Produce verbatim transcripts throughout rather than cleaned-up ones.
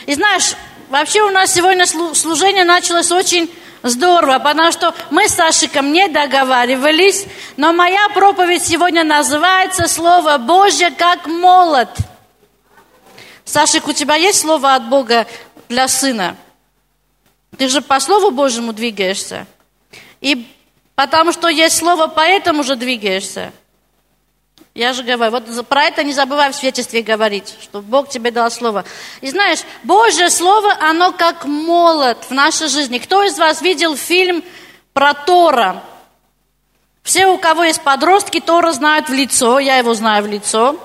И знаешь, вообще у нас сегодня служение началось очень здорово, потому что мы с Сашиком не договаривались, но моя проповедь сегодня называется «Слово Божье как молот». Сашик, у тебя есть слово от Бога для сына? Ты же по Слову Божьему двигаешься. И потому что есть слово, поэтому же двигаешься. Я же говорю, вот про это не забывай в свидетельстве говорить, что Бог тебе дал слово. И знаешь, Божье слово, оно как молот в нашей жизни. Кто из вас видел фильм про Тора? Все, у кого есть подростки, Тора знают в лицо, я его знаю в лицо.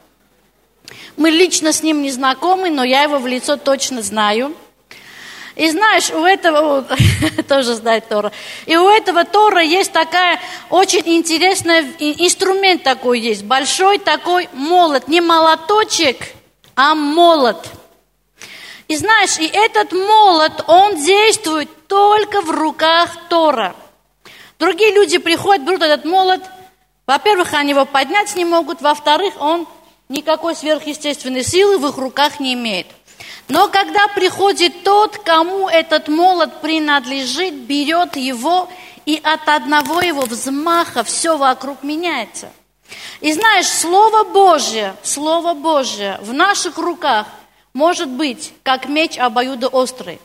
Мы лично с ним не знакомы, но я его в лицо точно знаю. И знаешь, у этого, тоже знает Тора, и у этого Тора есть такая очень интересная, инструмент такой есть, большой такой молот, не молоточек, а молот. И знаешь, и этот молот, он действует только в руках Тора. Другие люди приходят, берут этот молот, во-первых, они его поднять не могут, во-вторых, он никакой сверхъестественной силы в их руках не имеет. Но когда приходит тот, кому этот молот принадлежит, берет его, и от одного его взмаха все вокруг меняется. И знаешь, Слово Божье, Слово Божье в наших руках может быть как меч обоюдоострый.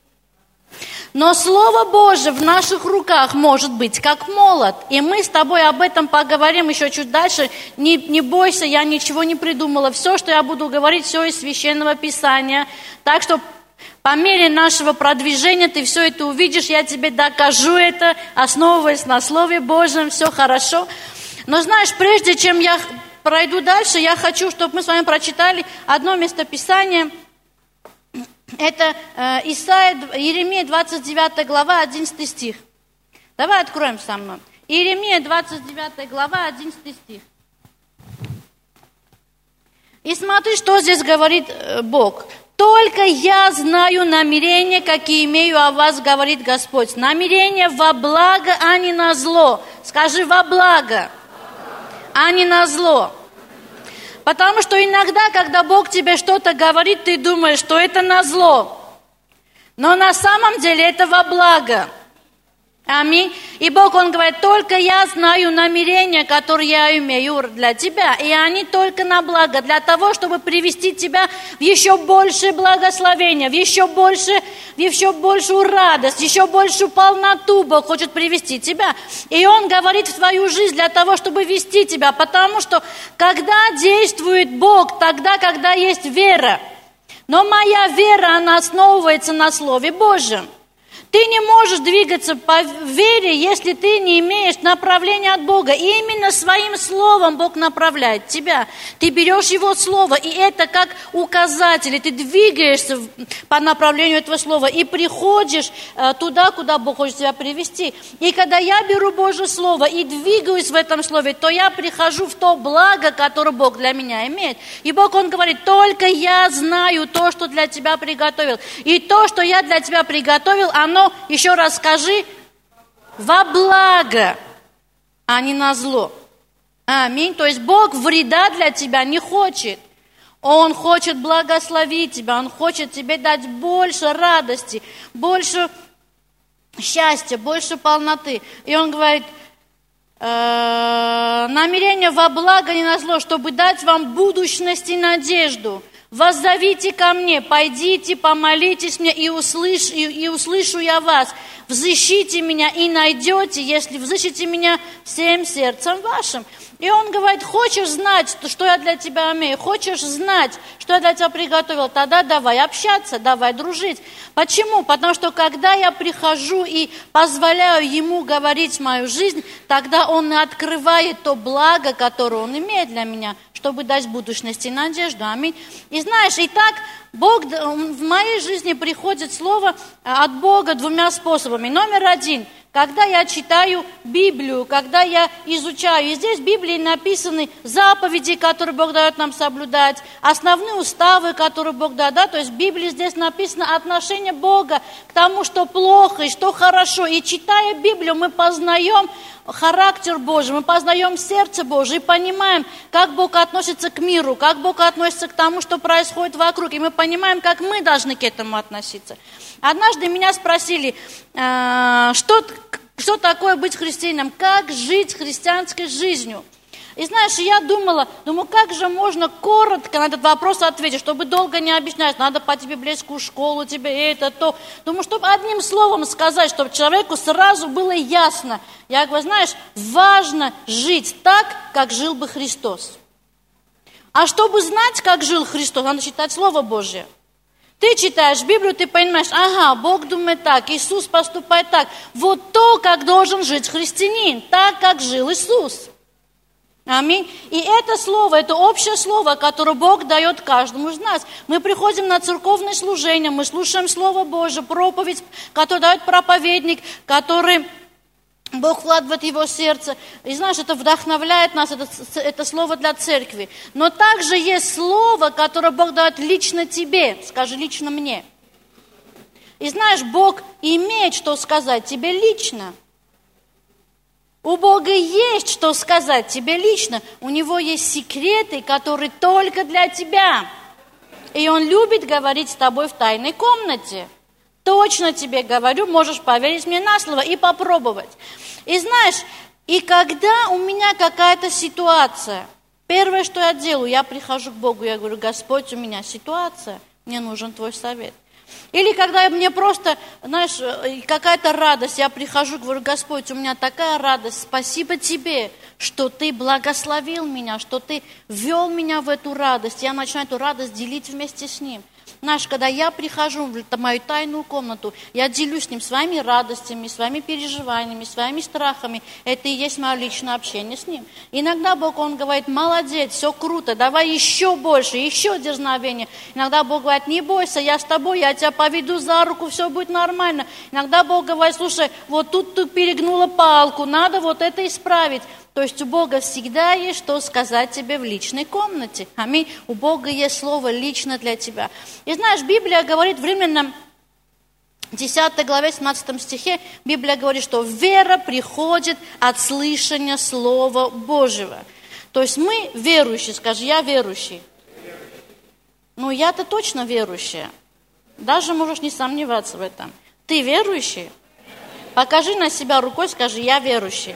Но Слово Божье в наших руках может быть как молот. И мы с тобой об этом поговорим еще чуть дальше. Не, не бойся, я ничего не придумала. Все, что я буду говорить, все из Священного Писания. Так что по мере нашего продвижения ты все это увидишь. Я тебе докажу это, основываясь на Слове Божьем. Все хорошо. Но знаешь, прежде чем я пройду дальше, я хочу, чтобы мы с вами прочитали одно местописание. Это э, Исайя, Иеремия, двадцать девятая глава, одиннадцатый стих. Давай откроем со мной. Иеремия, двадцать девятая глава, одиннадцатый стих. И смотри, что здесь говорит э, Бог. «Только я знаю намерения, какие имею о вас, говорит Господь. Намерения во благо, а не на зло». Скажи «во благо», а не на зло. Потому что иногда, когда Бог тебе что-то говорит, ты думаешь, что это на зло. Но на самом деле это во благо. Аминь. И Бог, Он говорит, только я знаю намерения, которые я имею для тебя. И они только на благо, для того, чтобы привести тебя в еще большее благословение, в еще, больше, в еще большую радость, еще большую полноту Бог хочет привести тебя. И Он говорит в твою жизнь для того, чтобы вести тебя. Потому что когда действует Бог, тогда, когда есть вера. Но моя вера, она основывается на Слове Божьем. Ты не можешь двигаться по вере, если ты не имеешь направления от Бога. И именно своим словом Бог направляет тебя. Ты берешь Его слово, и это как указатель. И ты двигаешься по направлению этого слова и приходишь туда, куда Бог хочет тебя привести. И когда я беру Божье слово и двигаюсь в этом слове, то я прихожу в то благо, которое Бог для меня имеет. И Бог, Он говорит, только я знаю то, что для тебя приготовил. И то, что я для тебя приготовил, оно, еще раз скажи, во благо, а не на зло. Аминь. То есть Бог вреда для тебя не хочет. Он хочет благословить тебя, Он хочет тебе дать больше радости, больше счастья, больше полноты. И Он говорит, э, намерение во благо, не на зло, чтобы дать вам будущность и надежду. Воззовите ко мне, пойдите, помолитесь мне, и, услыш, и, и услышу я вас. Взыщите меня и найдете, если взыщите меня всем сердцем вашим. И Он говорит, хочешь знать, что я для тебя имею, хочешь знать, что я для тебя приготовил, тогда давай общаться, давай дружить. Почему? Потому что когда я прихожу и позволяю Ему говорить в мою жизнь, тогда Он и открывает то благо, которое Он имеет для меня, чтобы дать будущность и надежду. Аминь. И знаешь, и так Бог, в моей жизни приходит слово от Бога двумя способами. Номер один. когда я читаю Библию, когда я изучаю. И здесь в Библии написаны заповеди, которые Бог дает нам соблюдать, основные уставы, которые Бог дает. Да? То есть в Библии здесь написано отношение Бога к тому, что плохо и что хорошо. И читая Библию, мы познаем характер Божий, мы познаем сердце Божие и понимаем, как Бог относится к миру, как Бог относится к тому, что происходит вокруг. И мы понимаем, как мы должны к этому относиться. Однажды меня спросили, э, что, что такое быть христианином, как жить христианской жизнью. И знаешь, я думала, думаю, как же можно коротко на этот вопрос ответить, чтобы долго не объяснять, надо пойти в библейскую школу, тебе это, то. Думаю, чтобы одним словом сказать, чтобы человеку сразу было ясно. Я говорю, знаешь, важно жить так, как жил бы Христос. А чтобы знать, как жил Христос, надо читать Слово Божье. Ты читаешь Библию, ты понимаешь, ага, Бог думает так, Иисус поступает так. Вот то, как должен жить христианин, так, как жил Иисус. Аминь. И это слово, это общее слово, которое Бог дает каждому из нас. Мы приходим на церковное служение, мы слушаем Слово Божие, проповедь, которую дает проповедник, который Бог вкладывает в его сердце. И знаешь, это вдохновляет нас, это, это слово для церкви. Но также есть слово, которое Бог дает лично тебе, скажи лично мне. И знаешь, Бог имеет что сказать тебе лично. У Бога есть что сказать тебе лично. У Него есть секреты, которые только для тебя. И Он любит говорить с тобой в тайной комнате. Точно тебе говорю, можешь поверить мне на слово и попробовать. И знаешь, и когда у меня какая-то ситуация, первое, что я делаю, я прихожу к Богу, я говорю, Господь, у меня ситуация, мне нужен Твой совет. Или когда мне просто, знаешь, какая-то радость, я прихожу, говорю, Господь, у меня такая радость, спасибо Тебе, что Ты благословил меня, что Ты ввел меня в эту радость. Я начинаю эту радость делить вместе с Ним. Знаешь, когда я прихожу в мою тайную комнату, я делюсь с Ним своими радостями, своими переживаниями, своими страхами. Это и есть мое личное общение с Ним. Иногда Бог, Он говорит, молодец, все круто, давай еще больше, еще дерзновения. Иногда Бог говорит, не бойся, я с тобой, я тебя поведу за руку, все будет нормально. Иногда Бог говорит, слушай, вот тут ты перегнула палку, надо вот это исправить. То есть у Бога всегда есть что сказать тебе в личной комнате. Аминь. У Бога есть слово лично для тебя. И знаешь, Библия говорит в Римлянам десятой главе, семнадцатом стихе, Библия говорит, что вера приходит от слышания Слова Божьего. То есть мы верующие, скажи, я верующий. Ну, я-то точно верующая. Даже можешь не сомневаться в этом. Ты верующий? Покажи на себя рукой, скажи, я верующий.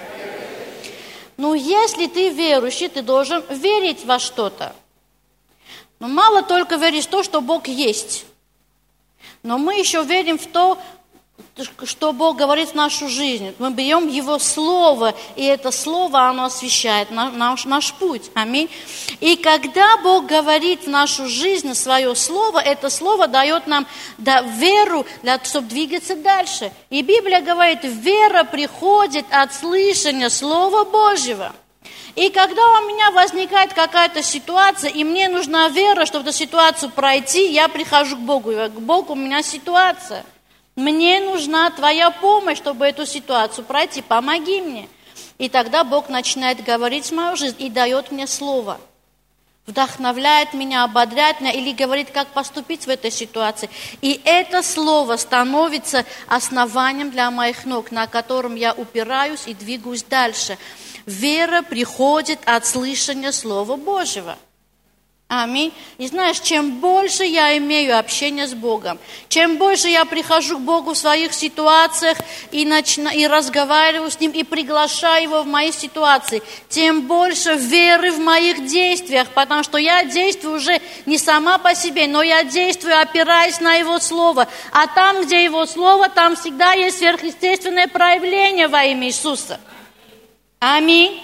Ну, если ты верующий, ты должен верить во что-то. Но мало только верить в то, что Бог есть. Но мы еще верим в то, что Бог говорит в нашу жизнь. Мы берем Его Слово, и это Слово, оно освещает наш, наш путь. Аминь. И когда Бог говорит в нашу жизнь свое Слово, это Слово дает нам да, веру, для, чтобы двигаться дальше. И Библия говорит, вера приходит от слышания Слова Божьего. И когда у меня возникает какая-то ситуация, и мне нужна вера, чтобы эту ситуацию пройти, я прихожу к Богу. И говорю, Бог, у меня ситуация. Мне нужна Твоя помощь, чтобы эту ситуацию пройти. Помоги мне. И тогда Бог начинает говорить в мою жизнь и дает мне слово. Вдохновляет меня, ободряет меня или говорит, как поступить в этой ситуации. И это слово становится основанием для моих ног, на котором я упираюсь и двигаюсь дальше. Вера приходит от слышания Слова Божьего. Аминь. И знаешь, чем больше я имею общения с Богом, чем больше я прихожу к Богу в своих ситуациях и, начина, и разговариваю с Ним, и приглашаю Его в мои ситуации, тем больше веры в моих действиях, потому что я действую уже не сама по себе, но я действую, опираясь на Его Слово. А там, где Его Слово, там всегда есть сверхъестественное проявление во имя Иисуса. Аминь.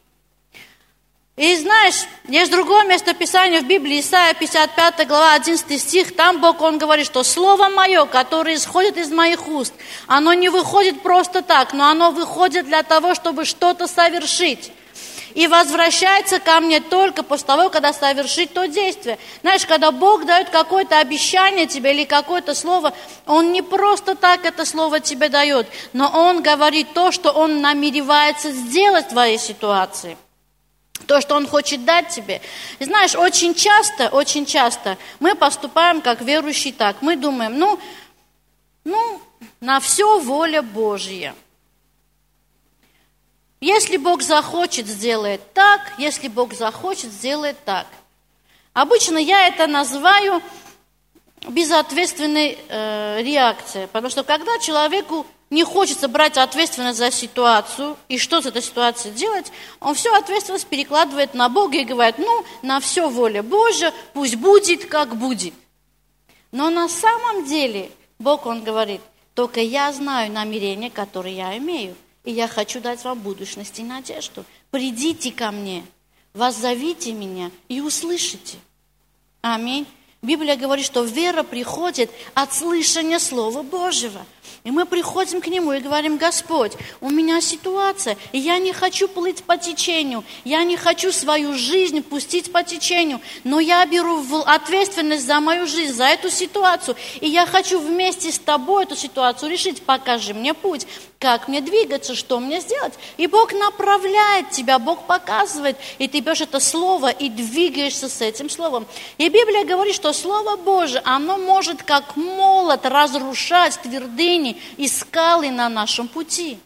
И знаешь, есть другое местописание в Библии, Исайя пятьдесят пятая глава, одиннадцатый стих, там Бог, Он говорит, что Слово Мое, которое исходит из моих уст, оно не выходит просто так, но оно выходит для того, чтобы что-то совершить. и возвращается ко мне только после того, когда совершит то действие. Знаешь, когда Бог дает какое-то обещание тебе или какое-то слово, Он не просто так это слово тебе дает, но Он говорит то, что Он намеревается сделать в твоей ситуации. То, что Он хочет дать тебе. И знаешь, очень часто, очень часто мы поступаем как верующие так. Мы думаем, ну, ну, на все воля Божья. Если Бог захочет, сделает так. Если Бог захочет, сделает так. Обычно я это называю безответственной э, реакцией. Потому что когда человеку не хочется брать ответственность за ситуацию и что с этой ситуацией делать, он всю ответственность перекладывает на Бога и говорит, ну, на все воля Божья, пусть будет, как будет. Но на самом деле Бог, Он говорит, только я знаю намерения, которые я имею, и я хочу дать вам будущность и надежду. Придите ко мне, воззовите меня и услышите. Аминь. Библия говорит, что вера приходит от слышания Слова Божьего. И мы приходим к Нему и говорим, Господь, у меня ситуация, и я не хочу плыть по течению, я не хочу свою жизнь пустить по течению, но я беру ответственность за мою жизнь, за эту ситуацию, и я хочу вместе с Тобой эту ситуацию решить. Покажи мне путь, как мне двигаться, что мне сделать. И Бог направляет тебя, Бог показывает, и ты берешь это слово и двигаешься с этим словом. И Библия говорит, что Слово Божие, оно может как молот разрушать твердыни и скалы на нашем пути.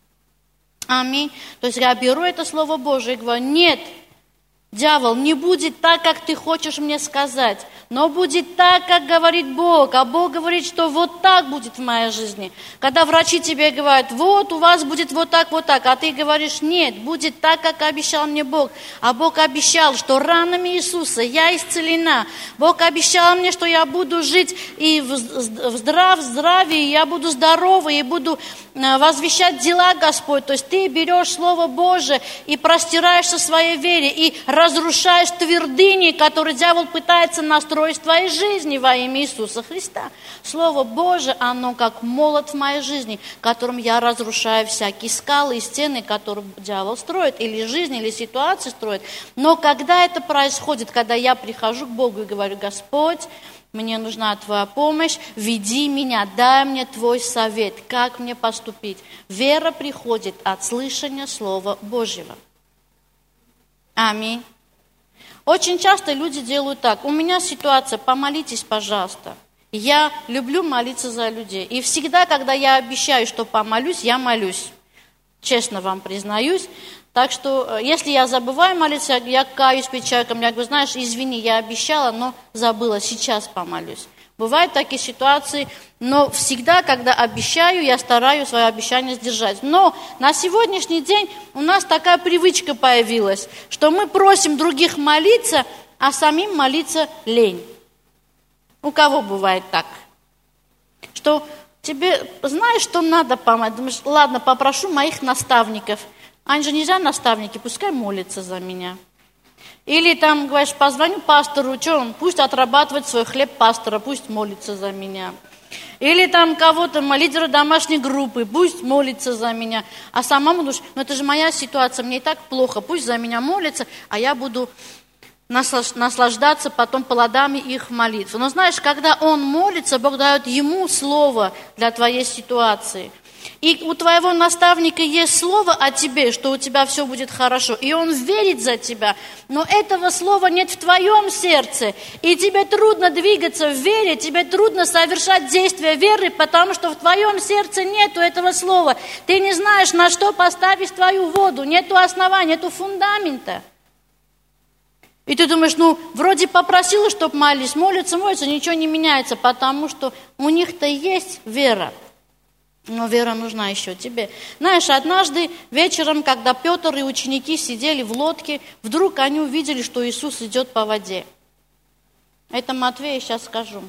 Аминь. То есть я беру это Слово Божие и говорю, нет, дьявол, не будет так, как ты хочешь мне сказать, но будет так, как говорит Бог. А Бог говорит, что вот так будет в моей жизни. Когда врачи тебе говорят, вот у вас будет вот так, вот так, а ты говоришь, нет, будет так, как обещал мне Бог. А Бог обещал, что ранами Иисуса я исцелена. Бог обещал мне, что я буду жить и в здрав, в здравии, я буду здорова, и буду возвещать дела Господь. То есть ты берешь Слово Божие и простираешься в своей вере, и разрушаешь твердыни, которые дьявол пытается настроить в твоей жизни во имя Иисуса Христа. Слово Божие, оно как молот в моей жизни, которым я разрушаю всякие скалы и стены, которые дьявол строит, или жизнь, или ситуации строит. Но когда это происходит, когда я прихожу к Богу и говорю, Господь, мне нужна Твоя помощь, веди меня, дай мне Твой совет, как мне поступить. Вера приходит от слышания Слова Божьего. Аминь. Очень часто люди делают так. У меня ситуация, помолитесь, пожалуйста. Я люблю молиться за людей. И всегда, когда я обещаю, что помолюсь, я молюсь. Честно вам признаюсь. Так что, если я забываю молиться, я каюсь перед человеком, я говорю, знаешь, извини, я обещала, но забыла, сейчас помолюсь. Бывают такие ситуации, но всегда, когда обещаю, я стараюсь свое обещание сдержать. Но на сегодняшний день у нас такая привычка появилась, что мы просим других молиться, а самим молиться лень. У кого бывает так? Что тебе, знаешь, что надо помочь? Думаешь, ладно, попрошу моих наставников. Они же нельзя наставники, пускай молятся за меня. Или там, говоришь, позвоню пастору, что он, пусть отрабатывает свой хлеб пастора, пусть молится за меня. Или там кого-то, лидера домашней группы, пусть молится за меня. А самому думаешь, ну это же моя ситуация, мне и так плохо, пусть за меня молится, а я буду наслаждаться потом плодами их молитв. Но знаешь, когда он молится, Бог дает ему слово для твоей ситуации. И у твоего наставника есть слово о тебе, что у тебя все будет хорошо, и он верит за тебя, но этого слова нет в твоем сердце, и тебе трудно двигаться в вере, тебе трудно совершать действия веры, потому что в твоем сердце нету этого слова. Ты не знаешь, на что поставить твою воду, нету основания, нету фундамента. И ты думаешь, ну, вроде попросила, чтобы молились, молятся, молятся, ничего не меняется, потому что у них-то есть вера. Но вера нужна еще тебе. Знаешь, однажды вечером, когда Петр и ученики сидели в лодке, вдруг они увидели, что Иисус идет по воде. Это Матвея сейчас скажу.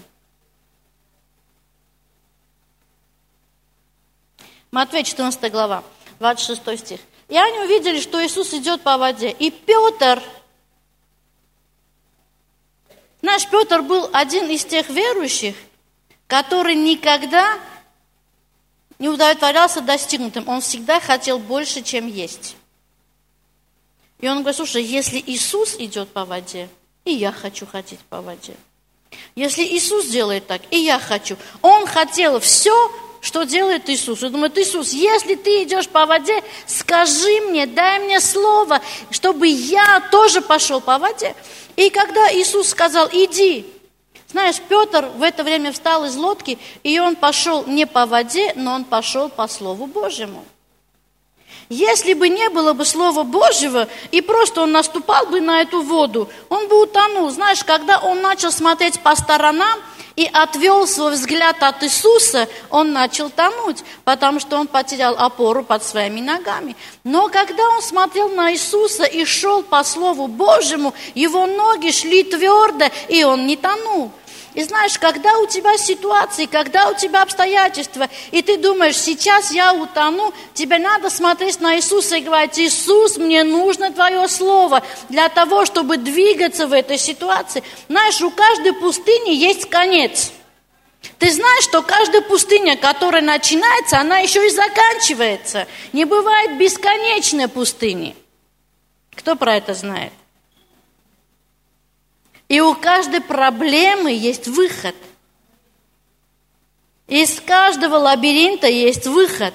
Матвея, четырнадцатая глава, двадцать шестой стих. И они увидели, что Иисус идет по воде. И Петр, знаешь, Петр был один из тех верующих, который никогда не удовлетворялся достигнутым. Он всегда хотел больше, чем есть. И он говорит, слушай, если Иисус идет по воде, и я хочу ходить по воде. Если Иисус делает так, и я хочу. Он хотел все, что делает Иисус. Он думает, Иисус, если ты идешь по воде, скажи мне, дай мне слово, чтобы я тоже пошел по воде. И когда Иисус сказал, иди, знаешь, Петр в это время встал из лодки, и он пошел не по воде, но он пошел по Слову Божьему. Если бы не было бы Слова Божьего, и просто он наступал бы на эту воду, он бы утонул. Знаешь, когда он начал смотреть по сторонам и отвел свой взгляд от Иисуса, он начал тонуть, потому что он потерял опору под своими ногами. Но когда он смотрел на Иисуса и шел по Слову Божьему, его ноги шли твердо, и он не тонул. И знаешь, когда у тебя ситуации, когда у тебя обстоятельства, и ты думаешь, сейчас я утону, тебе надо смотреть на Иисуса и говорить, Иисус, мне нужно Твое Слово для того, чтобы двигаться в этой ситуации. Знаешь, у каждой пустыни есть конец. Ты знаешь, что каждая пустыня, которая начинается, она еще и заканчивается. Не бывает бесконечной пустыни. Кто про это знает? И у каждой проблемы есть выход. Из каждого лабиринта есть выход.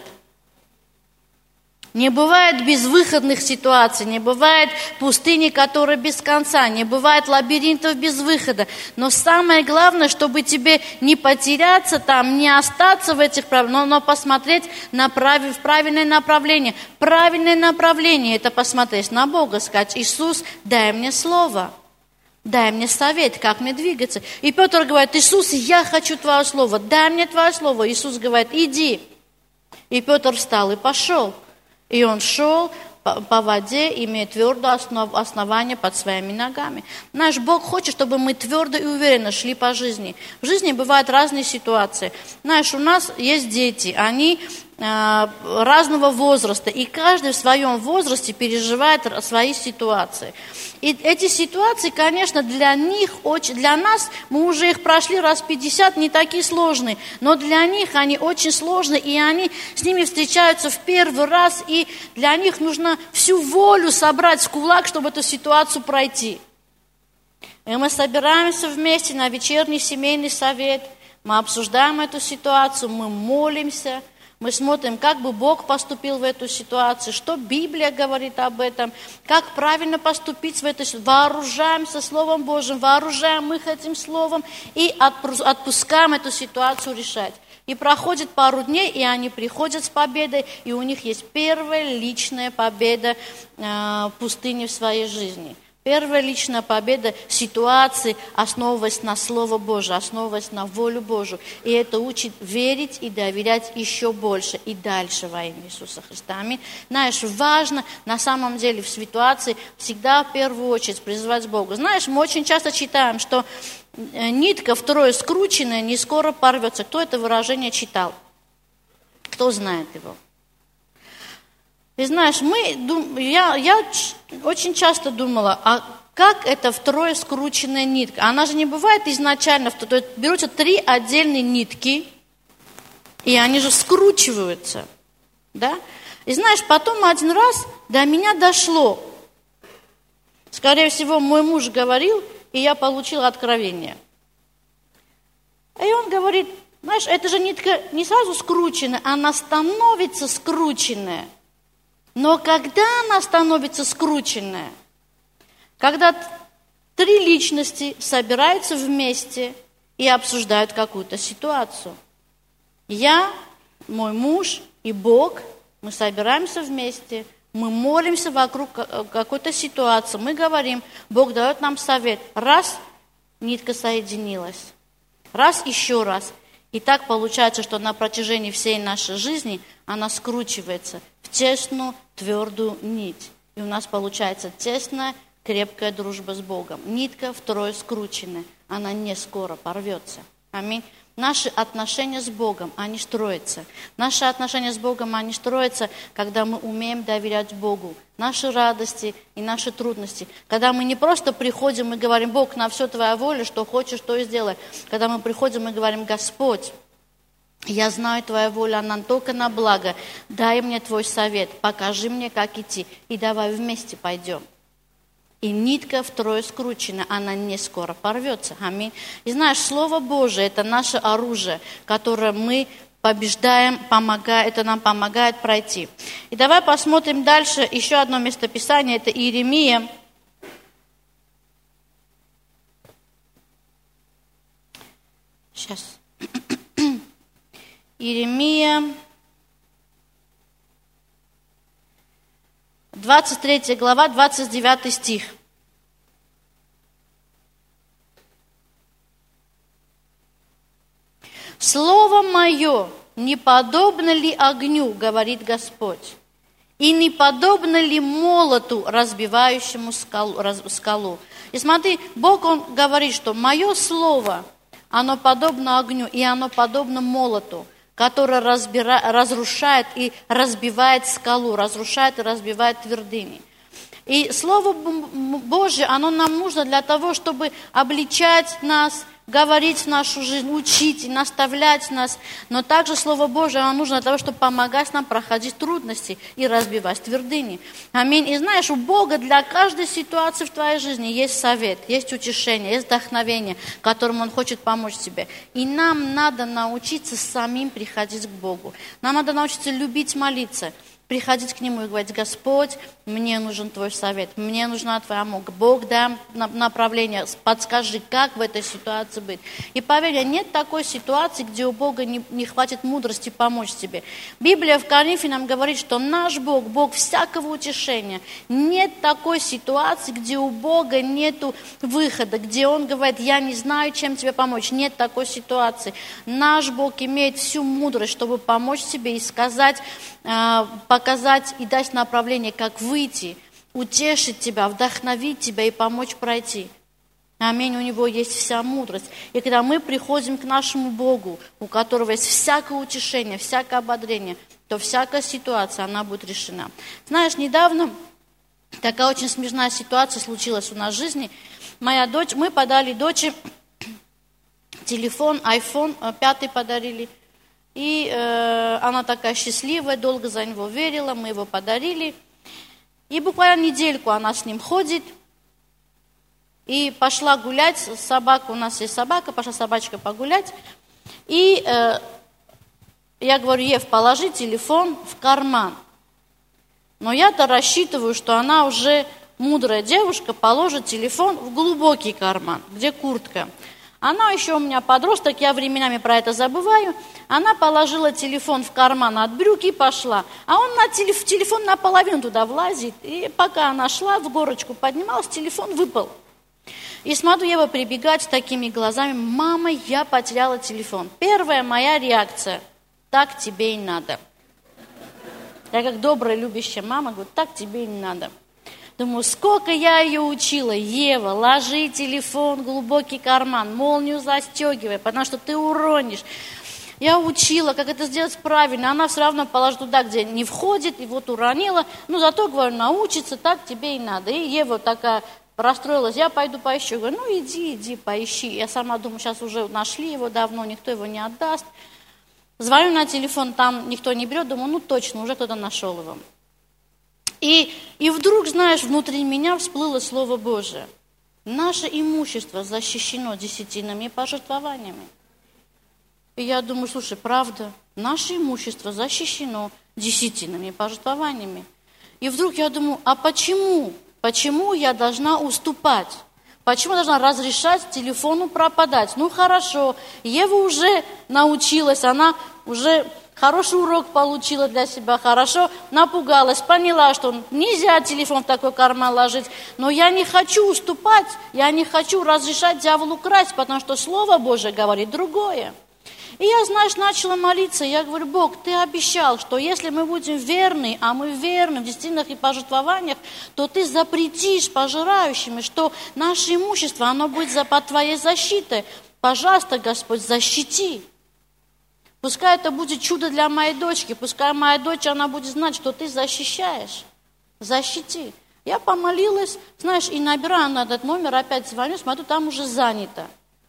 Не бывает безвыходных ситуаций, не бывает пустыни, которая без конца, не бывает лабиринтов без выхода. Но самое главное, чтобы тебе не потеряться там, не остаться в этих проблемах, но, но посмотреть на прав... в правильное направление. Правильное направление – это посмотреть на Бога, сказать, Иисус, дай мне слово. Дай мне совет, как мне двигаться. И Петр говорит, Иисус, я хочу Твое Слово, дай мне Твое Слово. Иисус говорит, иди. И Петр встал и пошел. И он шел по, по воде, имея твердое основ, основание под своими ногами. Наш Бог хочет, чтобы мы твердо и уверенно шли по жизни. В жизни бывают разные ситуации. Знаешь, у нас есть дети, они э, разного возраста, и каждый в своем возрасте переживает свои ситуации. И эти ситуации, конечно, для них, очень, для нас, мы уже их прошли раз пятьдесят, не такие сложные, но для них они очень сложные, и они с ними встречаются в первый раз, и для них нужно всю волю собрать в кулак, чтобы эту ситуацию пройти. И мы собираемся вместе на вечерний семейный совет, мы обсуждаем эту ситуацию, мы молимся, мы смотрим, как бы Бог поступил в эту ситуацию, что Библия говорит об этом, как правильно поступить в этой ситуации. Вооружаемся Словом Божьим, вооружаем их этим Словом и отпускаем эту ситуацию решать. И проходит пару дней, и они приходят с победой, и у них есть первая личная победа э, в пустыне в своей жизни. Первая личная победа ситуации, основываясь на Слово Божие, основываясь на волю Божию. И это учит верить и доверять еще больше и дальше во имя Иисуса Христа. Аминь. Знаешь, важно на самом деле в ситуации всегда в первую очередь призывать Бога. Знаешь, мы очень часто читаем, что нитка втрое скрученная не скоро порвется. Кто это выражение читал? Кто знает его? И знаешь, мы, я, я очень часто думала, а как это втрое скрученная нитка? Она же не бывает изначально, то есть берутся три отдельные нитки, и они же скручиваются, да? И знаешь, потом один раз до меня дошло. Скорее всего, мой муж говорил, и я получила откровение. И он говорит, знаешь, эта же нитка не сразу скрученная, она становится скрученная. Но когда она становится скрученная, когда три личности собираются вместе и обсуждают какую-то ситуацию. Я, мой муж и Бог, мы собираемся вместе, мы молимся вокруг какой-то ситуации, мы говорим, Бог дает нам совет. Раз, нитка соединилась, раз, еще раз. И так получается, что на протяжении всей нашей жизни она скручивается в тесную, твердую нить. И у нас получается тесная, крепкая дружба с Богом. Нитка втрое скрученная, она не скоро порвется. Аминь. Наши отношения с Богом, они строятся. Наши отношения с Богом, они строятся, когда мы умеем доверять Богу. Наши радости и наши трудности. Когда мы не просто приходим и говорим, Бог, на все Твоя воля, что хочешь, то и сделай. Когда мы приходим и говорим, Господь, я знаю Твоя воля, она только на благо. Дай мне Твой совет, покажи мне, как идти. И давай вместе пойдем. И нитка втрое скручена, она не скоро порвется. Аминь. И знаешь, Слово Божие – это наше оружие, которое мы побеждаем, помогает, это нам помогает пройти. И давай посмотрим дальше. Еще одно местописание – это Иеремия. Сейчас. Иеремия, двадцать третья глава, двадцать девятый стих. «Слово мое не подобно ли огню, говорит Господь, и не подобно ли молоту, разбивающему скалу?» скалу. И смотри, Бог, Он говорит, что мое слово, оно подобно огню, и оно подобно молоту, который разбира, разрушает и разбивает скалу, разрушает и разбивает твердыни. И Слово Божье, оно нам нужно для того, чтобы обличать нас, говорить в нашу жизнь, учить и наставлять нас. Но также Слово Божие, оно нужно для того, чтобы помогать нам проходить трудности и разбивать твердыни. Аминь. И знаешь, у Бога для каждой ситуации в твоей жизни есть совет, есть утешение, есть вдохновение, которым Он хочет помочь тебе. И нам надо научиться самим приходить к Богу. Нам надо научиться любить молиться, приходить к Нему и говорить: Господь, мне нужен Твой совет, мне нужна Твоя помощь. Бог, дай направление, подскажи, как в этой ситуации быть. И поверь, нет такой ситуации, где у Бога не, не хватит мудрости помочь тебе. Библия в Коринфянам говорит, что наш Бог, Бог всякого утешения. Нет такой ситуации, где у Бога нету выхода, где Он говорит: я не знаю, чем тебе помочь. Нет такой ситуации. Наш Бог имеет всю мудрость, чтобы помочь тебе и сказать, показать и дать направление, как выйти, утешить тебя, вдохновить тебя и помочь пройти. Аминь, у Него есть вся мудрость. И когда мы приходим к нашему Богу, у которого есть всякое утешение, всякое ободрение, то всякая ситуация, она будет решена. Знаешь, недавно такая очень смешная ситуация случилась у нас в жизни. Моя дочь, мы подарили дочери телефон, айфон пятый подарили. И э, она такая счастливая, долго за него верила, мы его подарили. И буквально недельку она с ним ходит. И пошла гулять, собака, у нас есть собака, пошла собачка погулять. И э, я говорю: Ев, положи телефон в карман. Но я-то рассчитываю, что она уже мудрая девушка, положит телефон в глубокий карман, где куртка. Она еще у меня подросток, я временами про это забываю. Она положила телефон в карман от брюк и пошла. А он на телеф, телефон наполовину туда влазит. И пока она шла, в горочку поднималась, телефон выпал. И смотрю, Ева прибегает с такими глазами: мама, я потеряла телефон. Первая моя реакция: так тебе и надо. Я как добрая, любящая мама говорю: так тебе и не надо. Думаю, сколько я ее учила: Ева, ложи телефон в глубокий карман, молнию застегивай, потому что ты уронишь. Я учила, как это сделать правильно. Она все равно положит туда, где не входит, и вот уронила. Ну, зато, говорю, научится, так тебе и надо. И Ева такая расстроилась: я пойду поищу. Говорю: ну, иди, иди, поищи. Я сама думаю, сейчас уже нашли его давно, никто его не отдаст. Звоню на телефон, там никто не берет. Думаю, ну, точно, уже кто-то нашел его. И, и вдруг, знаешь, внутри меня всплыло Слово Божие. Наше имущество защищено десятинами и пожертвованиями. И я думаю, слушай, правда, наше имущество защищено десятинами и пожертвованиями. И вдруг я думаю, а почему? Почему я должна уступать? Почему я должна разрешать телефону пропадать? Ну хорошо, Ева уже научилась, она уже хороший урок получила для себя, хорошо напугалась, поняла, что нельзя телефон в такой карман ложить. Но я не хочу уступать, я не хочу разрешать дьяволу красть, потому что Слово Божие говорит другое. И я, знаешь, начала молиться, я говорю: Бог, Ты обещал, что если мы будем верны, а мы верны в десятинах и пожертвованиях, то Ты запретишь пожирающими, что наше имущество, оно будет под Твоей защитой. Пожалуйста, Господь, защити. Пускай это будет чудо для моей дочки, пускай моя дочь, она будет знать, что Ты защищаешь. Защити. Я помолилась, знаешь, и набираю на этот номер, опять звоню, смотрю, там уже занято.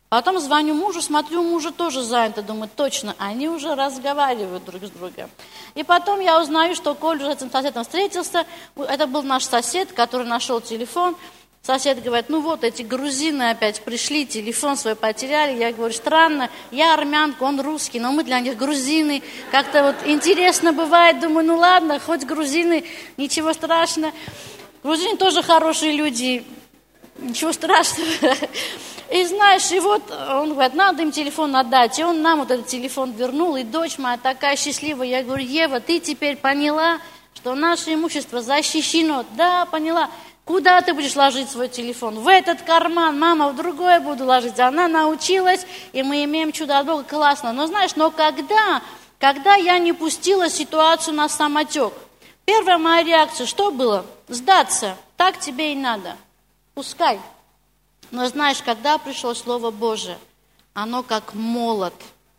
Потом звоню мужу, смотрю, мужа тоже занято. Думаю, точно, они уже разговаривают друг с другом. И потом я узнаю, что Коля уже с этим соседом встретился. Это был наш сосед, который нашел телефон. Сосед говорит, ну вот эти грузины опять пришли, телефон свой потеряли. Я говорю, странно, я армянка, он русский, но мы для них грузины. Как-то вот интересно бывает. Думаю, ну ладно, хоть грузины, ничего страшного. Грузины тоже хорошие люди, ничего страшного. И знаешь, и вот он говорит, надо им телефон отдать. И он нам вот этот телефон вернул. И дочь моя такая счастливая. Я говорю, Ева, ты теперь поняла, что наше имущество защищено? Да, поняла. Куда ты будешь ложить свой телефон? В этот карман. Мама, в другое буду ложить. Она научилась, и мы имеем чудо от Бога. Классно. Но знаешь, но когда, когда я не пустила ситуацию на самотек, первая моя реакция, что было? Сдаться. Так тебе и надо. Пускай. Но знаешь, когда пришло Слово Божие, оно как молот.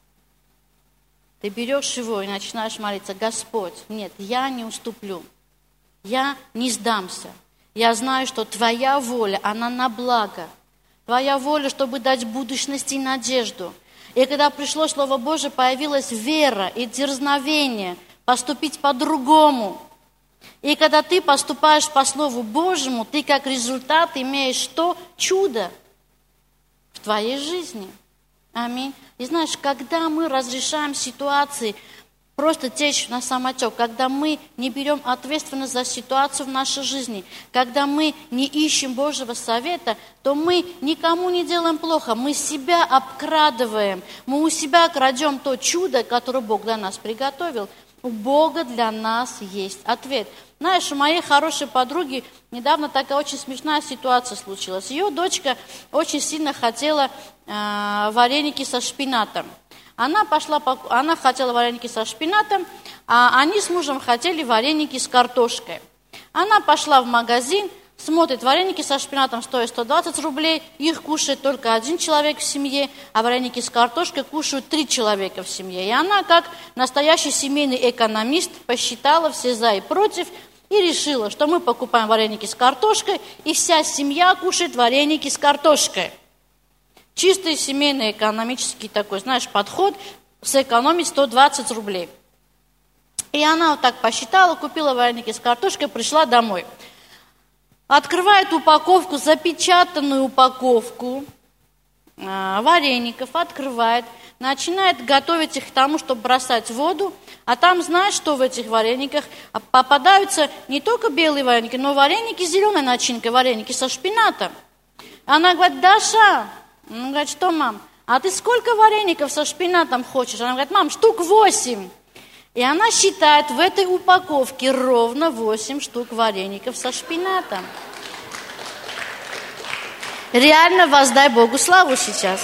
Ты берешь его и начинаешь молиться, Господь, нет, я не уступлю, я не сдамся. Я знаю, что Твоя воля, она на благо. Твоя воля, чтобы дать будущность и надежду. И когда пришло Слово Божие, появилась вера и дерзновение поступить по-другому. И когда ты поступаешь по Слову Божьему, ты как результат имеешь что? Чудо в твоей жизни. Аминь. И знаешь, когда мы разрешаем ситуации просто течь на самотек, когда мы не берем ответственность за ситуацию в нашей жизни, когда мы не ищем Божьего совета, то мы никому не делаем плохо, мы себя обкрадываем, мы у себя крадем то чудо, которое Бог для нас приготовил. У Бога для нас есть ответ. Знаешь, у моей хорошей подруги недавно такая очень смешная ситуация случилась. Ее дочка очень сильно хотела э, вареники со шпинатом. Она, пошла, она хотела вареники со шпинатом, а они с мужем хотели вареники с картошкой. Она пошла в магазин, смотрит, вареники со шпинатом стоят сто двадцать рублей, их кушает только один человек в семье, а вареники с картошкой кушают три человека в семье. И она, как настоящий семейный экономист, посчитала все за и против и решила, что мы покупаем вареники с картошкой, и вся семья кушает вареники с картошкой. Чистый семейный экономический такой, знаешь, подход, сэкономить сто двадцать рублей. И она вот так посчитала, купила вареники с картошкой, пришла домой. Открывает упаковку, запечатанную упаковку э, вареников, открывает, начинает готовить их к тому, чтобы бросать в воду. А там, знаешь, что в этих варениках? Попадаются не только белые вареники, но вареники с зеленой начинкой, вареники со шпинатом. Она говорит, Даша, она говорит, что, мам, а ты сколько вареников со шпинатом хочешь? Она говорит, мам, штук восемь. И она считает в этой упаковке ровно восемь штук вареников со шпинатом. Реально воздай Богу славу сейчас.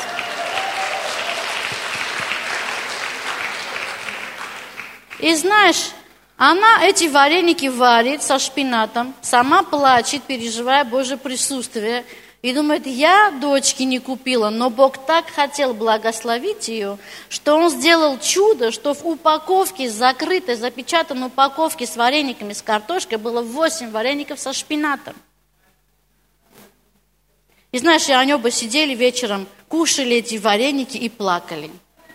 И знаешь, она эти вареники варит со шпинатом, сама плачет, переживая Божье присутствие. И думает, я дочки не купила, но Бог так хотел благословить ее, что Он сделал чудо, что в упаковке, закрытой, запечатанной упаковке с варениками, с картошкой, было восемь вареников со шпинатом. И знаешь, и они оба сидели вечером, кушали эти вареники и плакали.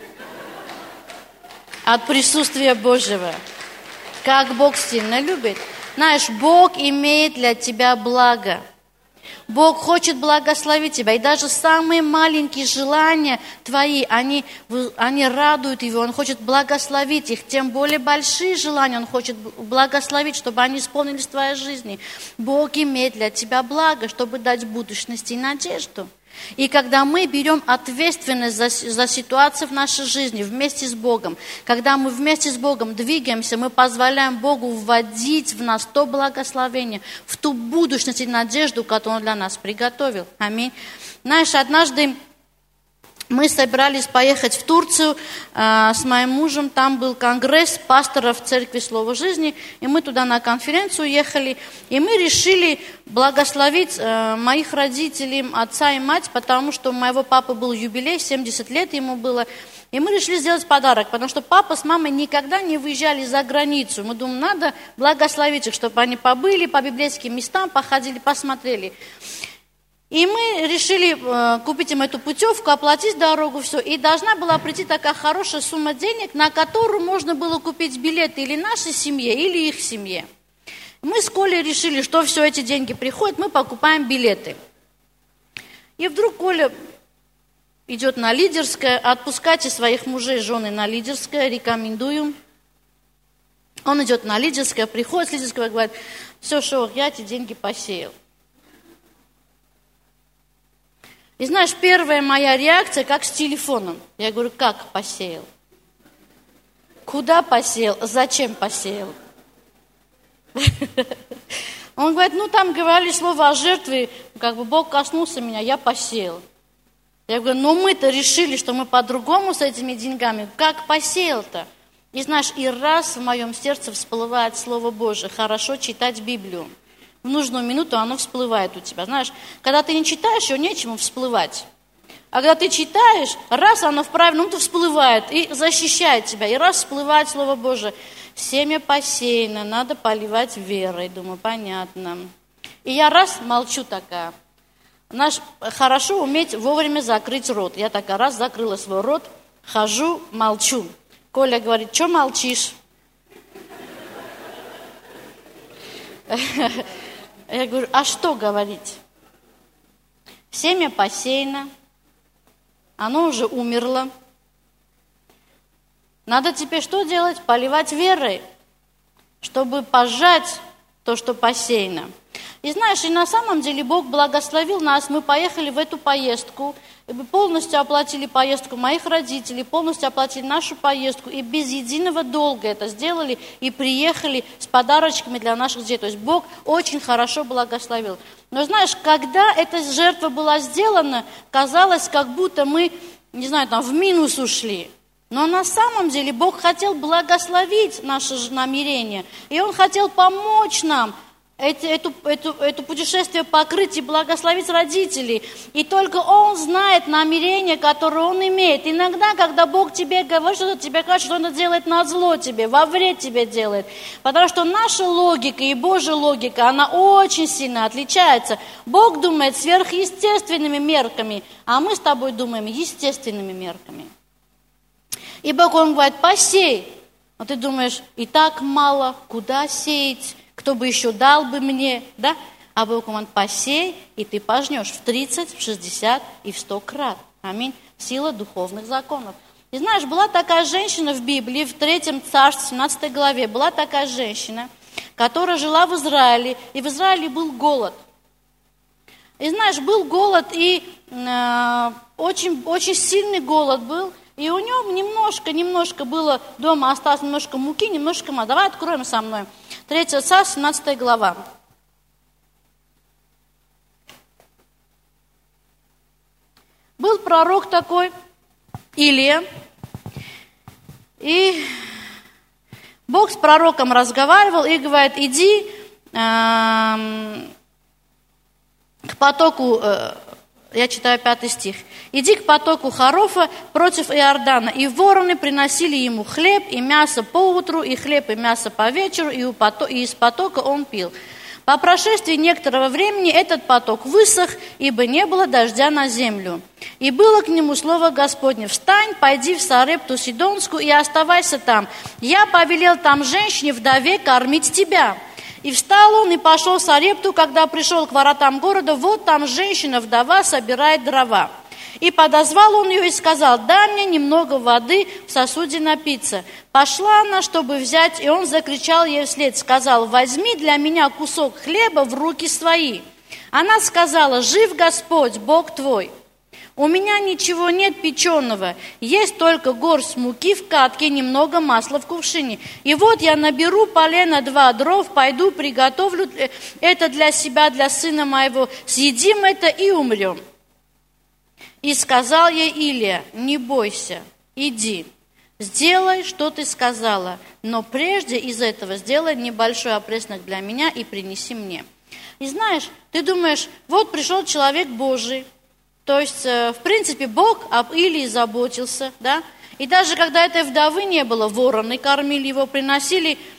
От присутствия Божьего. Как Бог сильно любит. Знаешь, Бог имеет для тебя благо. Бог хочет благословить тебя. И даже самые маленькие желания твои, они, они радуют Его. Он хочет благословить их. Тем более большие желания Он хочет благословить, чтобы они исполнились в твоей жизни. Бог имеет для тебя благо, чтобы дать будущность и надежду. И когда мы берем ответственность за, за ситуацию в нашей жизни вместе с Богом, когда мы вместе с Богом двигаемся, мы позволяем Богу вводить в нас то благословение, в ту будущность и надежду, которую Он для нас приготовил. Аминь. Знаешь, однажды мы собирались поехать в Турцию э, с моим мужем. Там был конгресс пасторов Церкви Слова Жизни. И мы туда на конференцию ехали. И мы решили благословить э, моих родителей, отца и мать, потому что у моего папы был юбилей, семьдесят лет ему было. И мы решили сделать подарок, потому что папа с мамой никогда не выезжали за границу. Мы думаем, надо благословить их, чтобы они побыли по библейским местам, походили, посмотрели. И мы решили э, купить им эту путевку, оплатить дорогу, все. И должна была прийти такая хорошая сумма денег, на которую можно было купить билеты или нашей семье, или их семье. Мы с Колей решили, что все эти деньги приходят, мы покупаем билеты. И вдруг Коля идет на Лидерское, отпускайте своих мужей, жены на Лидерское, рекомендую. Он идет на Лидерское, приходит с Лидерского и говорит, все, что я эти деньги посеял. И знаешь, первая моя реакция, как с телефоном. Я говорю, как посеял? Куда посеял? Зачем посеял? Он говорит, ну там говорили слово о жертве, как бы Бог коснулся меня, я посеял. Я говорю, ну мы-то решили, что мы по-другому с этими деньгами. Как посеял-то? И знаешь, и раз в моем сердце всплывает Слово Божие, хорошо читать Библию. В нужную минуту оно всплывает у тебя. Знаешь, когда ты не читаешь, его нечему всплывать. А когда ты читаешь, раз оно в правильную минуту всплывает и защищает тебя. И раз всплывает Слово Божие. Семя посеяно, надо поливать верой. Думаю, понятно. И я раз молчу такая. Знаешь, хорошо уметь вовремя закрыть рот. Я такая раз закрыла свой рот, хожу, молчу. Коля говорит, что молчишь? Я говорю, а что говорить? Семя посеяно, оно уже умерло. Надо теперь что делать? Поливать верой, чтобы пожать то, что посеяно. И знаешь, и на самом деле Бог благословил нас, мы поехали в эту поездку, полностью оплатили поездку моих родителей, полностью оплатили нашу поездку, и без единого долга это сделали, и приехали с подарочками для наших детей. То есть Бог очень хорошо благословил. Но знаешь, когда эта жертва была сделана, казалось, как будто мы, не знаю, там в минус ушли. Но на самом деле Бог хотел благословить наше намерение, и Он хотел помочь нам Эту, эту, эту, эту путешествие покрыть и благословить родителей. И только Он знает намерение, которое Он имеет. Иногда, когда Бог тебе говорит, что тебе кажется, что Он это делает на зло тебе, во вред тебе делает. Потому что наша логика и Божья логика, она очень сильно отличается. Бог думает сверхъестественными мерками, а мы с тобой думаем естественными мерками. И Бог, Он говорит, посей. А ты думаешь, и так мало, куда сеять? Кто бы еще дал бы мне, да? А Бог говорит, посей, и ты пожнешь в тридцать, в шестьдесят и в сто крат. Аминь. Сила духовных законов. И знаешь, была такая женщина в Библии, в третьем царстве, семнадцатой главе, была такая женщина, которая жила в Израиле, и в Израиле был голод. И знаешь, был голод, и э, очень, очень сильный голод был, и у него немножко, немножко было дома, осталось немножко муки, немножко масла. Давай откроем со мной. третье царство, семнадцатая глава. Был пророк такой, Илия, и Бог с пророком разговаривал и говорит, иди э, к потоку, э, я читаю пятый стих, иди к потоку Харофа против Иордана, и вороны приносили ему хлеб и мясо поутру, и хлеб и мясо по вечеру, и, у поток, и из потока он пил. По прошествии некоторого времени этот поток высох, ибо не было дождя на землю. И было к нему слово Господне, встань, пойди в Сарепту Сидонскую и оставайся там. Я повелел там женщине, вдове, кормить тебя. И встал он и пошел в Сарепту, когда пришел к воротам города, вот там женщина-вдова собирает дрова. И подозвал он ее и сказал, дай мне немного воды в сосуде напиться. Пошла она, чтобы взять, и он закричал ей вслед, сказал, возьми для меня кусок хлеба в руки свои. Она сказала, жив Господь, Бог твой. У меня ничего нет печеного, есть только горсть муки в катке, немного масла в кувшине. И вот я наберу полено два дров, пойду приготовлю это для себя, для сына моего, съедим это и умрем. И сказал ей Илия, не бойся, иди, сделай, что ты сказала, но прежде из этого сделай небольшой опреснок для меня и принеси мне. И знаешь, ты думаешь, вот пришел человек Божий, то есть, в принципе, Бог об Илии заботился, да, и даже когда этой вдовы не было, вороны кормили его, приносили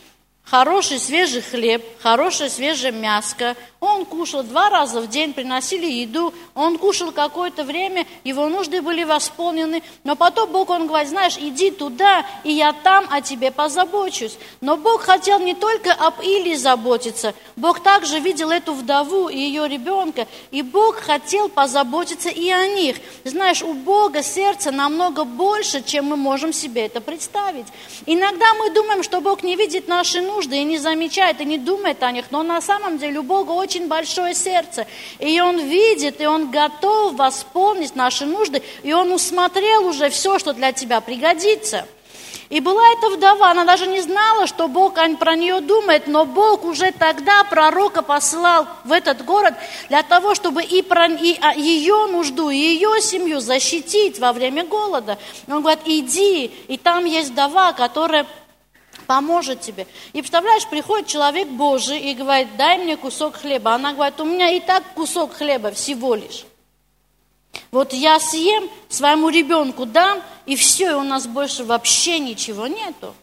хороший свежий хлеб, хорошее свежее мяско. Он кушал два раза в день, приносили еду. Он кушал какое-то время, его нужды были восполнены. Но потом Бог, он говорит, знаешь, иди туда, и я там о тебе позабочусь. Но Бог хотел не только об Илии заботиться. Бог также видел эту вдову и ее ребенка. И Бог хотел позаботиться и о них. Знаешь, у Бога сердце намного больше, чем мы можем себе это представить. Иногда мы думаем, что Бог не видит наши нужды и не замечает, и не думает о них. Но на самом деле у Бога очень большое сердце. И Он видит, и Он готов восполнить наши нужды. И Он усмотрел уже все, что для тебя пригодится. И была эта вдова, она даже не знала, что Бог про нее думает, но Бог уже тогда пророка посылал в этот город для того, чтобы и, про, и ее нужду, и ее семью защитить во время голода. Он говорит, иди, и там есть вдова, которая поможет тебе. И представляешь, приходит человек Божий и говорит, дай мне кусок хлеба. Она говорит, у меня и так кусок хлеба всего лишь. Вот я съем, своему ребенку дам, и все, и у нас больше вообще ничего нету.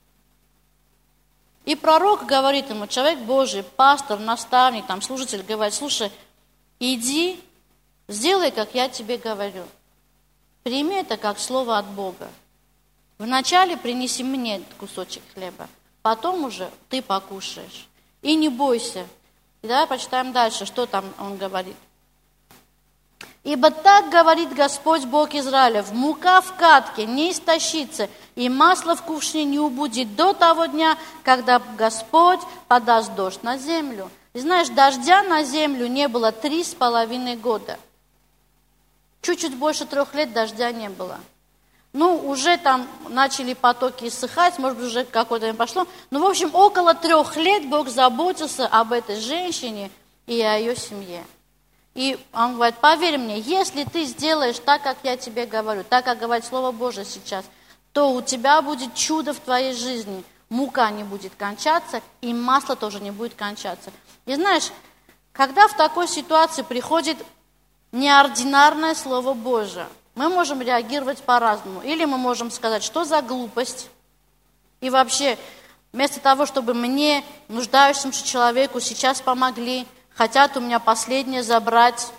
И пророк говорит ему, человек Божий, пастор, наставник, там, служитель, говорит, слушай, иди, сделай, как я тебе говорю. Прими это как слово от Бога. Вначале принеси мне кусочек хлеба, потом уже ты покушаешь. И не бойся. И давай прочитаем дальше, что там он говорит. «Ибо так говорит Господь Бог Израилев, мука в катке не истощится, и масло в кувшине не убудет до того дня, когда Господь подаст дождь на землю». И знаешь, дождя на землю не было три с половиной года. Чуть-чуть больше трех лет дождя не было. Ну, уже там начали потоки иссыхать, может быть, уже какое-то время пошло. Ну, в общем, около трех лет Бог заботился об этой женщине и о ее семье. И он говорит, поверь мне, если ты сделаешь так, как я тебе говорю, так, как говорит Слово Божие сейчас, то у тебя будет чудо в твоей жизни. Мука не будет кончаться, и масло тоже не будет кончаться. И знаешь, когда в такой ситуации приходит неординарное Слово Божие, мы можем реагировать по-разному. Или мы можем сказать, что за глупость. И вообще, вместо того, чтобы мне, нуждающемуся человеку, сейчас помогли, хотят у меня последнее забрать.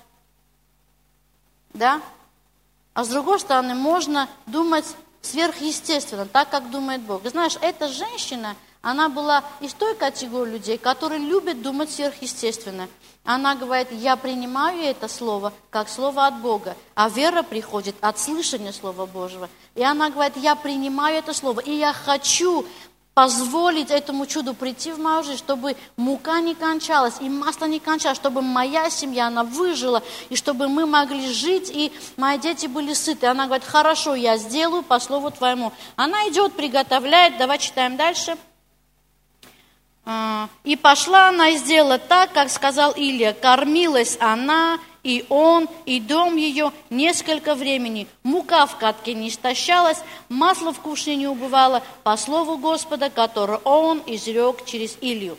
Да? А с другой стороны, можно думать сверхъестественно, так, как думает Бог. И знаешь, эта женщина, она была из той категории людей, которые любят думать сверхъестественно. Она говорит, я принимаю это слово как слово от Бога, а вера приходит от слышания Слова Божьего. И она говорит, я принимаю это слово, и я хочу позволить этому чуду прийти в мою жизнь, чтобы мука не кончалась, и масло не кончалось, чтобы моя семья, она выжила, и чтобы мы могли жить, и мои дети были сыты. Она говорит, хорошо, я сделаю по слову твоему. Она идет, приготовляет, давай читаем дальше. И пошла она и сделала так, как сказал Илия. Кормилась она, и он, и дом ее несколько времени. Мука в катке не истощалась, масло в кувшине не убывало, по слову Господа, которое он изрек через Илью.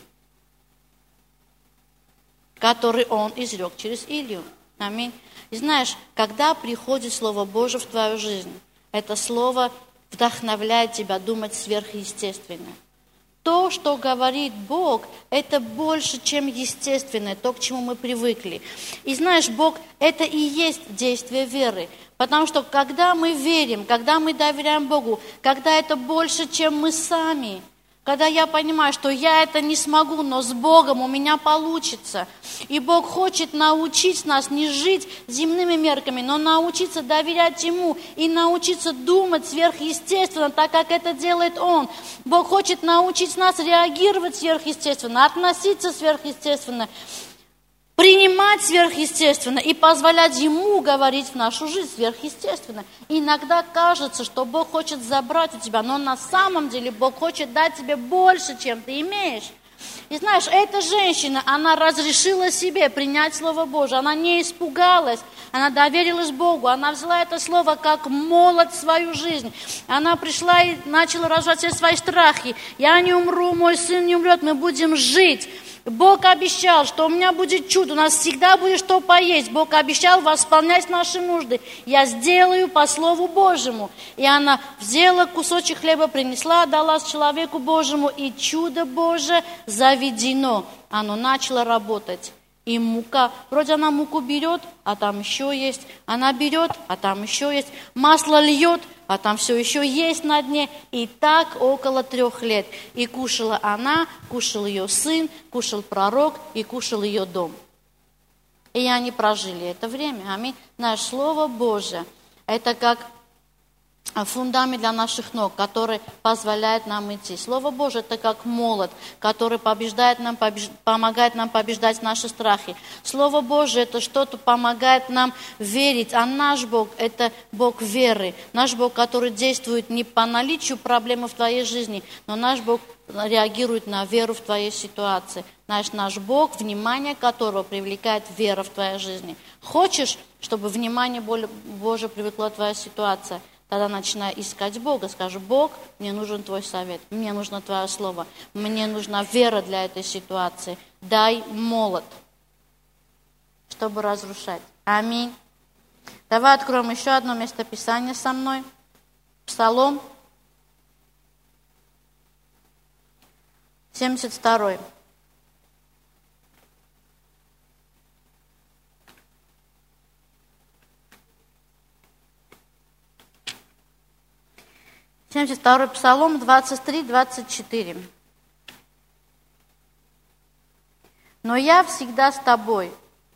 Который он изрек через Илью. Аминь. И знаешь, когда приходит Слово Божие в твою жизнь, это Слово вдохновляет тебя думать сверхъестественно. То, что говорит Бог, это больше, чем естественное, то, к чему мы привыкли. И знаешь, Бог, это и есть действие веры. Потому что когда мы верим, когда мы доверяем Богу, когда это больше, чем мы сами, когда я понимаю, что я это не смогу, но с Богом у меня получится. И Бог хочет научить нас не жить земными мерками, но научиться доверять Ему и научиться думать сверхъестественно, так как это делает Он. Бог хочет научить нас реагировать сверхъестественно, относиться сверхъестественно, принимать сверхъестественно и позволять Ему говорить в нашу жизнь сверхъестественно. И иногда кажется, что Бог хочет забрать у тебя, но на самом деле Бог хочет дать тебе больше, чем ты имеешь. И знаешь, эта женщина, она разрешила себе принять Слово Божие, она не испугалась, она доверилась Богу, она взяла это Слово как молот в свою жизнь. Она пришла и начала разжать все свои страхи. Я не умру, мой сын не умрет, мы будем жить. Бог обещал, что у меня будет чудо, у нас всегда будет что поесть. Бог обещал восполнять наши нужды. Я сделаю по Слову Божьему. И она взяла кусочек хлеба, принесла, отдала человеку Божьему, и чудо Божие заведено. Оно начало работать. И мука, вроде она муку берет, а там еще есть. Она берет, а там еще есть. Масло льет, а там все еще есть на дне. И так около трех лет. И кушала она, кушал ее сын, кушал пророк и кушал ее дом. И они прожили это время. Аминь. Наше Слово Божие, это как фундамент для наших ног, который позволяет нам идти. Слово Божие – это как молот, который побеждает нам, побеж... помогает нам побеждать наши страхи. Слово Божие – это что-то помогает нам верить. А наш Бог – это Бог веры. Наш Бог, который действует не по наличию проблем в твоей жизни, но наш Бог реагирует на веру в твоей ситуации. Наш, наш Бог, внимание которого привлекает вера в твоей жизни. Хочешь, чтобы внимание Божие привлекло твоя ситуация? Тогда начинай искать Бога. Скажи: Бог, мне нужен Твой совет, мне нужно Твое слово, мне нужна вера для этой ситуации. Дай молот, чтобы разрушать. Аминь. Давай откроем еще одно местописание со мной. Псалом семьдесят второй. семьдесят второй Псалом, двадцать три двадцать четыре. «Но я всегда с тобой.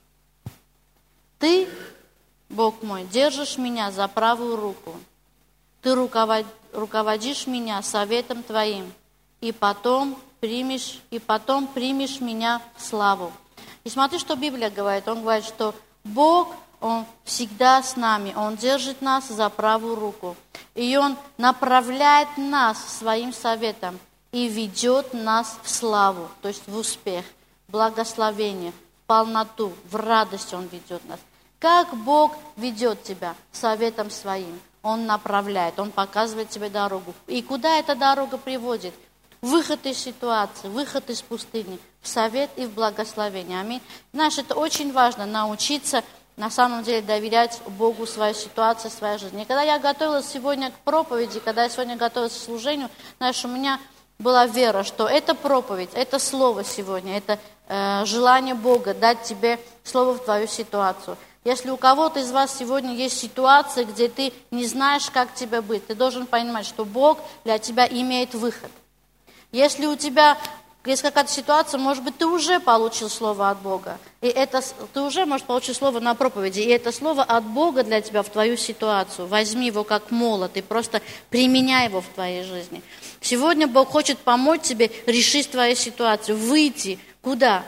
Ты, Бог мой, держишь меня за правую руку. Ты руководишь меня советом Твоим, и потом примешь, и потом примешь меня в славу». И смотри, что Библия говорит. Он говорит, что Бог, Он всегда с нами, Он держит нас за правую руку. И Он направляет нас своим советом и ведет нас в славу, то есть в успех, в благословение, в полноту, в радость Он ведет нас. Как Бог ведет тебя советом своим? Он направляет, Он показывает тебе дорогу. И куда эта дорога приводит? Выход из ситуации, выход из пустыни, в совет и в благословение. Аминь. Знаешь, это очень важно, научиться на самом деле доверять Богу свою ситуацию, свою жизнь. И когда я готовилась сегодня к проповеди, когда я сегодня готовилась к служению, знаешь, у меня была вера, что это проповедь, это слово сегодня, это э, желание Бога дать тебе слово в твою ситуацию. Если у кого-то из вас сегодня есть ситуация, где ты не знаешь, как тебе быть, ты должен понимать, что Бог для тебя имеет выход. Если у тебя есть какая-то ситуация, может быть, ты уже получил слово от Бога. И это, ты уже можешь получить слово на проповеди. И это слово от Бога для тебя в твою ситуацию. Возьми его как молот и просто применяй его в твоей жизни. Сегодня Бог хочет помочь тебе решить твою ситуацию. Выйти куда?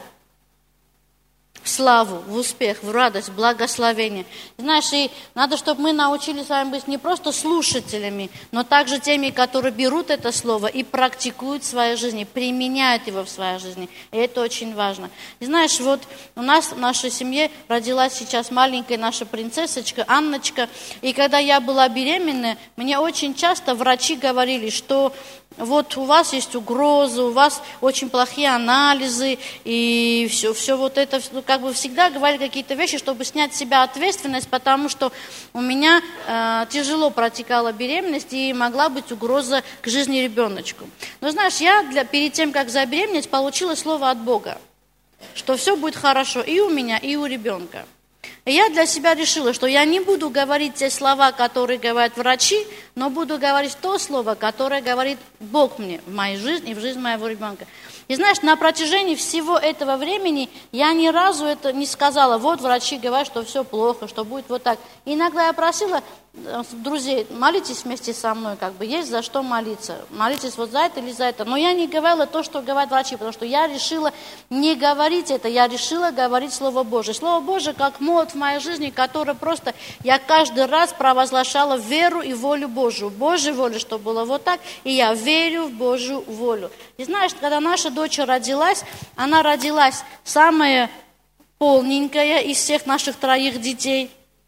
В славу, в успех, в радость, в благословение. Знаешь, и надо, чтобы мы научились с вами быть не просто слушателями, но также теми, которые берут это слово и практикуют в своей жизни, применяют его в своей жизни. И это очень важно. И знаешь, вот у нас в нашей семье родилась сейчас маленькая наша принцессочка Анночка. И когда я была беременная, мне очень часто врачи говорили, что вот у вас есть угрозы, у вас очень плохие анализы, и все, все вот это, ну, как бы всегда говорили какие-то вещи, чтобы снять с себя ответственность, потому что у меня э, тяжело протекала беременность, и могла быть угроза к жизни ребеночку. Но знаешь, я для, перед тем, как забеременеть, получила слово от Бога, что все будет хорошо и у меня, и у ребенка. И я для себя решила, что я не буду говорить те слова, которые говорят врачи, но буду говорить то слово, которое говорит Бог мне в моей жизни и в жизни моего ребенка. И знаешь, на протяжении всего этого времени я ни разу это не сказала, вот врачи говорят, что все плохо, что будет вот так. И иногда я просила друзей, молитесь вместе со мной, как бы есть за что молиться. Молитесь вот за это или за это. Но я не говорила то, что говорят врачи, потому что я решила не говорить это, я решила говорить Слово Божие. Слово Божие как молот в моей жизни, которое просто я каждый раз провозглашала веру и волю Божию. Божью волю, что было вот так, и я верю в Божью волю. И знаешь, когда наша дочь родилась, она родилась самая полненькая из всех наших троих детей.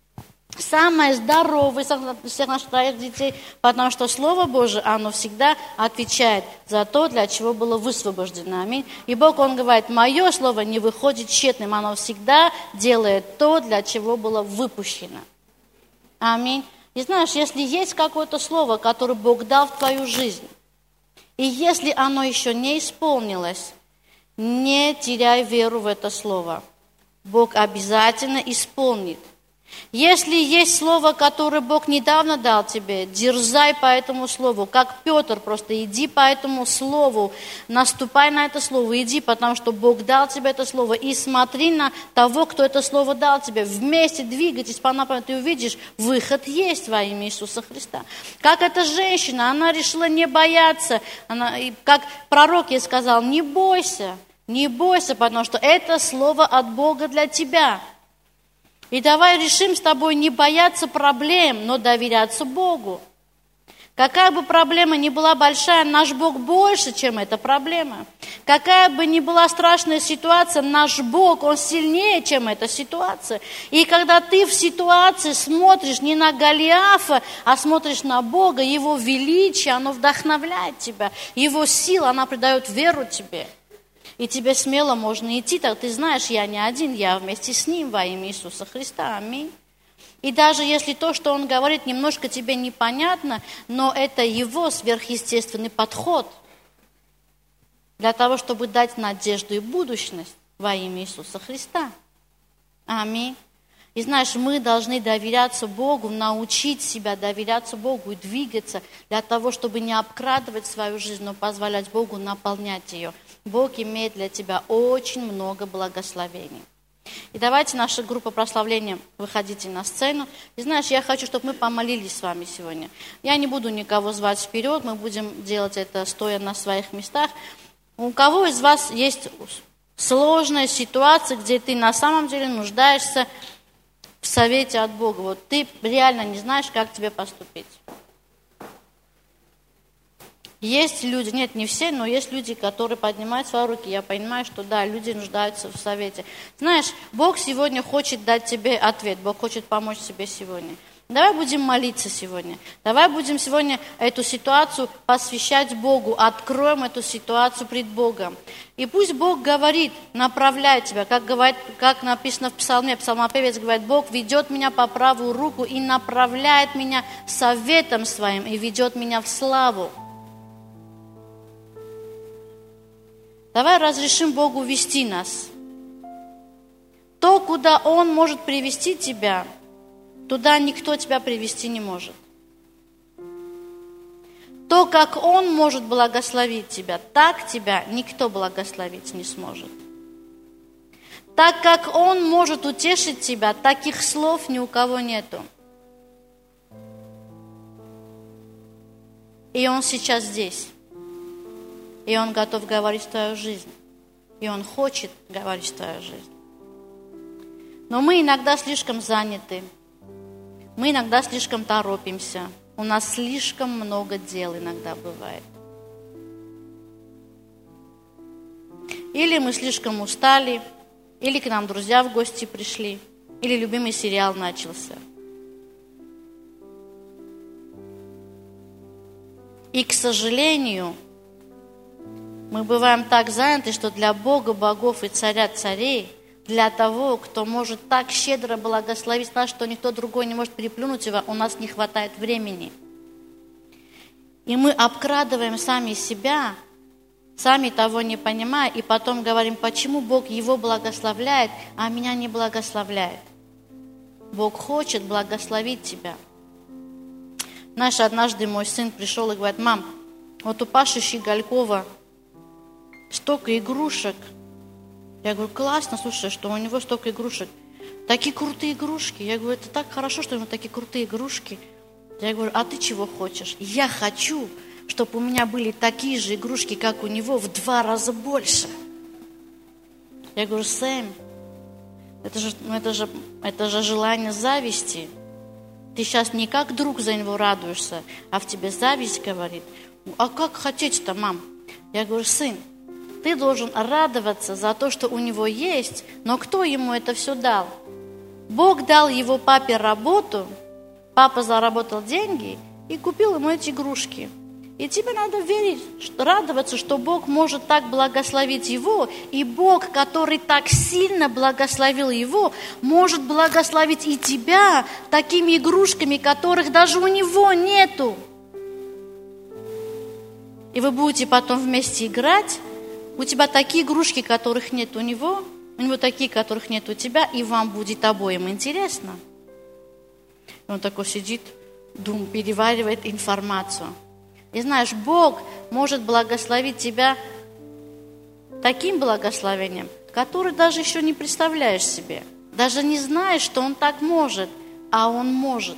самое здоровое из всех наших троих детей, потому что Слово Божие, оно всегда отвечает за то, для чего было высвобождено. Аминь. И Бог, Он говорит, мое Слово не выходит тщетным, оно всегда делает то, для чего было выпущено. Аминь. И знаешь, если есть какое-то Слово, которое Бог дал в твою жизнь, и если оно еще не исполнилось, не теряй веру в это Слово. Бог обязательно исполнит. Если есть слово, которое Бог недавно дал тебе, дерзай по этому слову. Как Петр, просто иди по этому слову, наступай на это слово, иди, потому что Бог дал тебе это слово. И смотри на того, кто это слово дал тебе. Вместе двигайтесь по направлению, ты увидишь, выход есть во имя Иисуса Христа. Как эта женщина, она решила не бояться. Она, и как пророк ей сказал, не бойся, не бойся, потому что это слово от Бога для тебя. И давай решим с тобой не бояться проблем, но доверяться Богу. Какая бы проблема ни была большая, наш Бог больше, чем эта проблема. Какая бы ни была страшная ситуация, наш Бог, Он сильнее, чем эта ситуация. И когда ты в ситуации смотришь не на Голиафа, а смотришь на Бога, Его величие, оно вдохновляет тебя. Его сила, она придает веру тебе. И тебе смело можно идти, так ты знаешь, я не один, я вместе с Ним во имя Иисуса Христа. Аминь. И даже если то, что Он говорит, немножко тебе непонятно, но это Его сверхъестественный подход для того, чтобы дать надежду и будущность во имя Иисуса Христа. Аминь. И знаешь, мы должны доверяться Богу, научить себя доверяться Богу и двигаться для того, чтобы не обкрадывать свою жизнь, но позволять Богу наполнять ее. Бог имеет для тебя очень много благословений. И давайте наша группа прославления, выходите на сцену. И знаешь, я хочу, чтобы мы помолились с вами сегодня. Я не буду никого звать вперед, мы будем делать это стоя на своих местах. У кого из вас есть сложная ситуация, где ты на самом деле нуждаешься в совете от Бога? Вот ты реально не знаешь, как тебе поступить. Есть люди, нет, не все, но есть люди, которые поднимают свои руки. Я понимаю, что да, люди нуждаются в совете. Знаешь, Бог сегодня хочет дать тебе ответ, Бог хочет помочь тебе сегодня. Давай будем молиться сегодня. Давай будем сегодня эту ситуацию посвящать Богу. Откроем эту ситуацию пред Богом. И пусть Бог говорит, направляет тебя, как, говорит, как написано в Псалме. Псалмопевец говорит, Бог ведет меня по правую руку и направляет меня советом своим и ведет меня в славу. Давай разрешим Богу вести нас. То, куда Он может привести тебя, туда никто тебя привести не может. То, как Он может благословить тебя, так тебя никто благословить не сможет. Так, как Он может утешить тебя, таких слов ни у кого нету. И Он сейчас здесь. И Он готов говорить в твою жизнь. И Он хочет говорить в твою жизнь. Но мы иногда слишком заняты. Мы иногда слишком торопимся. У нас слишком много дел иногда бывает. Или мы слишком устали, или к нам друзья в гости пришли, или любимый сериал начался. И, к сожалению, мы бываем так заняты, что для Бога богов и царя царей, для того, кто может так щедро благословить нас, что никто другой не может переплюнуть его, у нас не хватает времени. И мы обкрадываем сами себя, сами того не понимая, и потом говорим, почему Бог его благословляет, а меня не благословляет. Бог хочет благословить тебя. Знаешь, однажды мой сын пришел и говорит, мам, вот у Паши Щеголькова столько игрушек. Я говорю, классно, слушай, что у него столько игрушек. Такие крутые игрушки. Я говорю, это так хорошо, что у него такие крутые игрушки. Я говорю, а ты чего хочешь? Я хочу, чтобы у меня были такие же игрушки, как у него, в два раза больше. Я говорю, Сэм, это же, это же, это же желание зависти. Ты сейчас не как друг за него радуешься, а в тебе зависть говорит. А как хотеть-то, мам? Я говорю, сын, ты должен радоваться за то, что у него есть, но кто ему это все дал? Бог дал его папе работу, папа заработал деньги и купил ему эти игрушки. И тебе надо верить, что, радоваться, что Бог может так благословить его, и Бог, который так сильно благословил его, может благословить и тебя такими игрушками, которых даже у него нету. И вы будете потом вместе играть, у тебя такие игрушки, которых нет у него, у него такие, которых нет у тебя, и вам будет обоим интересно. И он такой сидит, думает, переваривает информацию. И знаешь, Бог может благословить тебя таким благословением, который даже еще не представляешь себе. Даже не знаешь, что Он так может, а Он может.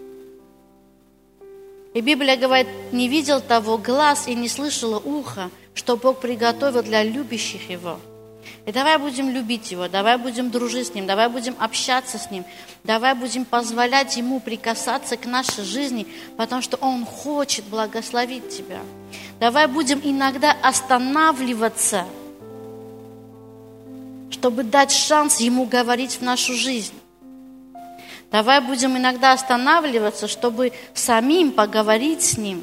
И Библия говорит, не видел того глаз и не слышало ухо, что Бог приготовил для любящих Его. И давай будем любить Его, давай будем дружить с Ним, давай будем общаться с Ним, давай будем позволять Ему прикасаться к нашей жизни, потому что Он хочет благословить тебя. Давай будем иногда останавливаться, чтобы дать шанс Ему говорить в нашу жизнь. Давай будем иногда останавливаться, чтобы самим поговорить с Ним.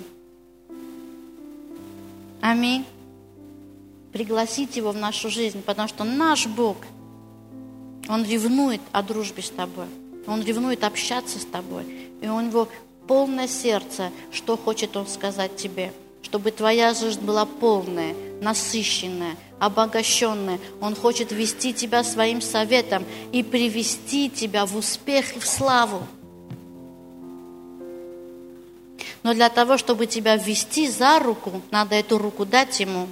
Аминь. Пригласить Его в нашу жизнь, потому что наш Бог, Он ревнует о дружбе с тобой, Он ревнует общаться с тобой, и у Него полное сердце, что хочет Он сказать тебе, чтобы твоя жизнь была полная, насыщенная, обогащенная. Он хочет вести тебя своим советом и привести тебя в успех и в славу. Но для того, чтобы тебя ввести за руку, надо эту руку дать Ему.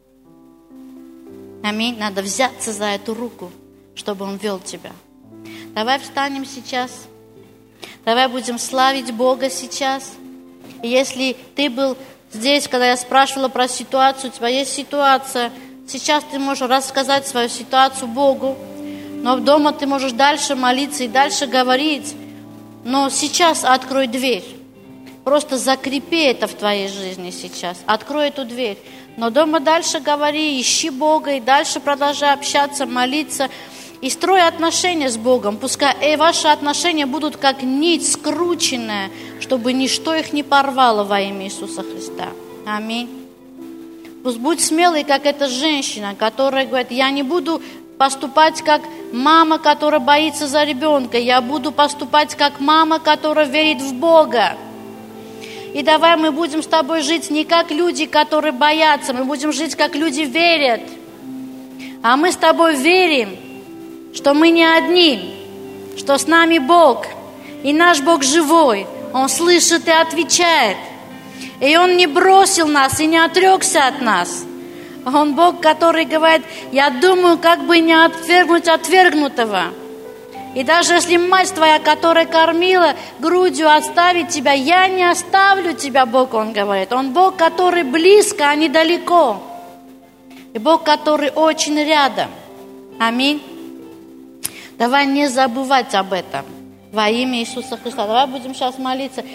Аминь. Надо взяться за эту руку, чтобы Он вел тебя. Давай встанем сейчас. Давай будем славить Бога сейчас. И если ты был здесь, когда я спрашивала про ситуацию, у тебя есть ситуация, сейчас ты можешь рассказать свою ситуацию Богу, но дома ты можешь дальше молиться и дальше говорить. Но сейчас открой дверь. Просто закрепи это в твоей жизни сейчас. Открой эту дверь. Но дома дальше говори, ищи Бога и дальше продолжай общаться, молиться. И строй отношения с Богом. Пускай э, ваши отношения будут как нить скрученная, чтобы ничто их не порвало во имя Иисуса Христа. Аминь. Пусть будь смелый, как эта женщина, которая говорит, я не буду поступать как мама, которая боится за ребенка. Я буду поступать как мама, которая верит в Бога. И давай мы будем с тобой жить не как люди, которые боятся, мы будем жить как люди верят. А мы с тобой верим, что мы не одни, что с нами Бог. И наш Бог живой, Он слышит и отвечает. И Он не бросил нас и не отрекся от нас. Он Бог, который говорит, я думаю, как бы не отвергнуть отвергнутого. И даже если мать твоя, которая кормила грудью, оставит тебя, я не оставлю тебя, Бог, Он говорит. Он Бог, который близко, а не далеко. И Бог, который очень рядом. Аминь. Давай не забывать об этом во имя Иисуса Христа. Давай будем сейчас молиться.